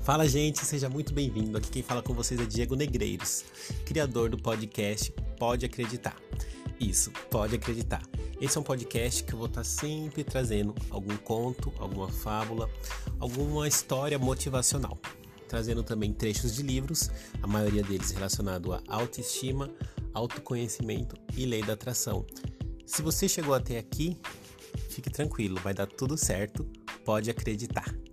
Fala, gente, seja muito bem-vindo. Aqui quem fala com vocês é Diego Negreiros, criador do podcast Pode Acreditar. Isso, pode acreditar. Esse é um podcast que eu vou estar sempre trazendo algum conto, alguma fábula, alguma história motivacional. Trazendo também trechos de livros, a maioria deles relacionado a autoestima, autoconhecimento e lei da atração. Se você chegou até aqui, fique tranquilo, vai dar tudo certo, pode acreditar.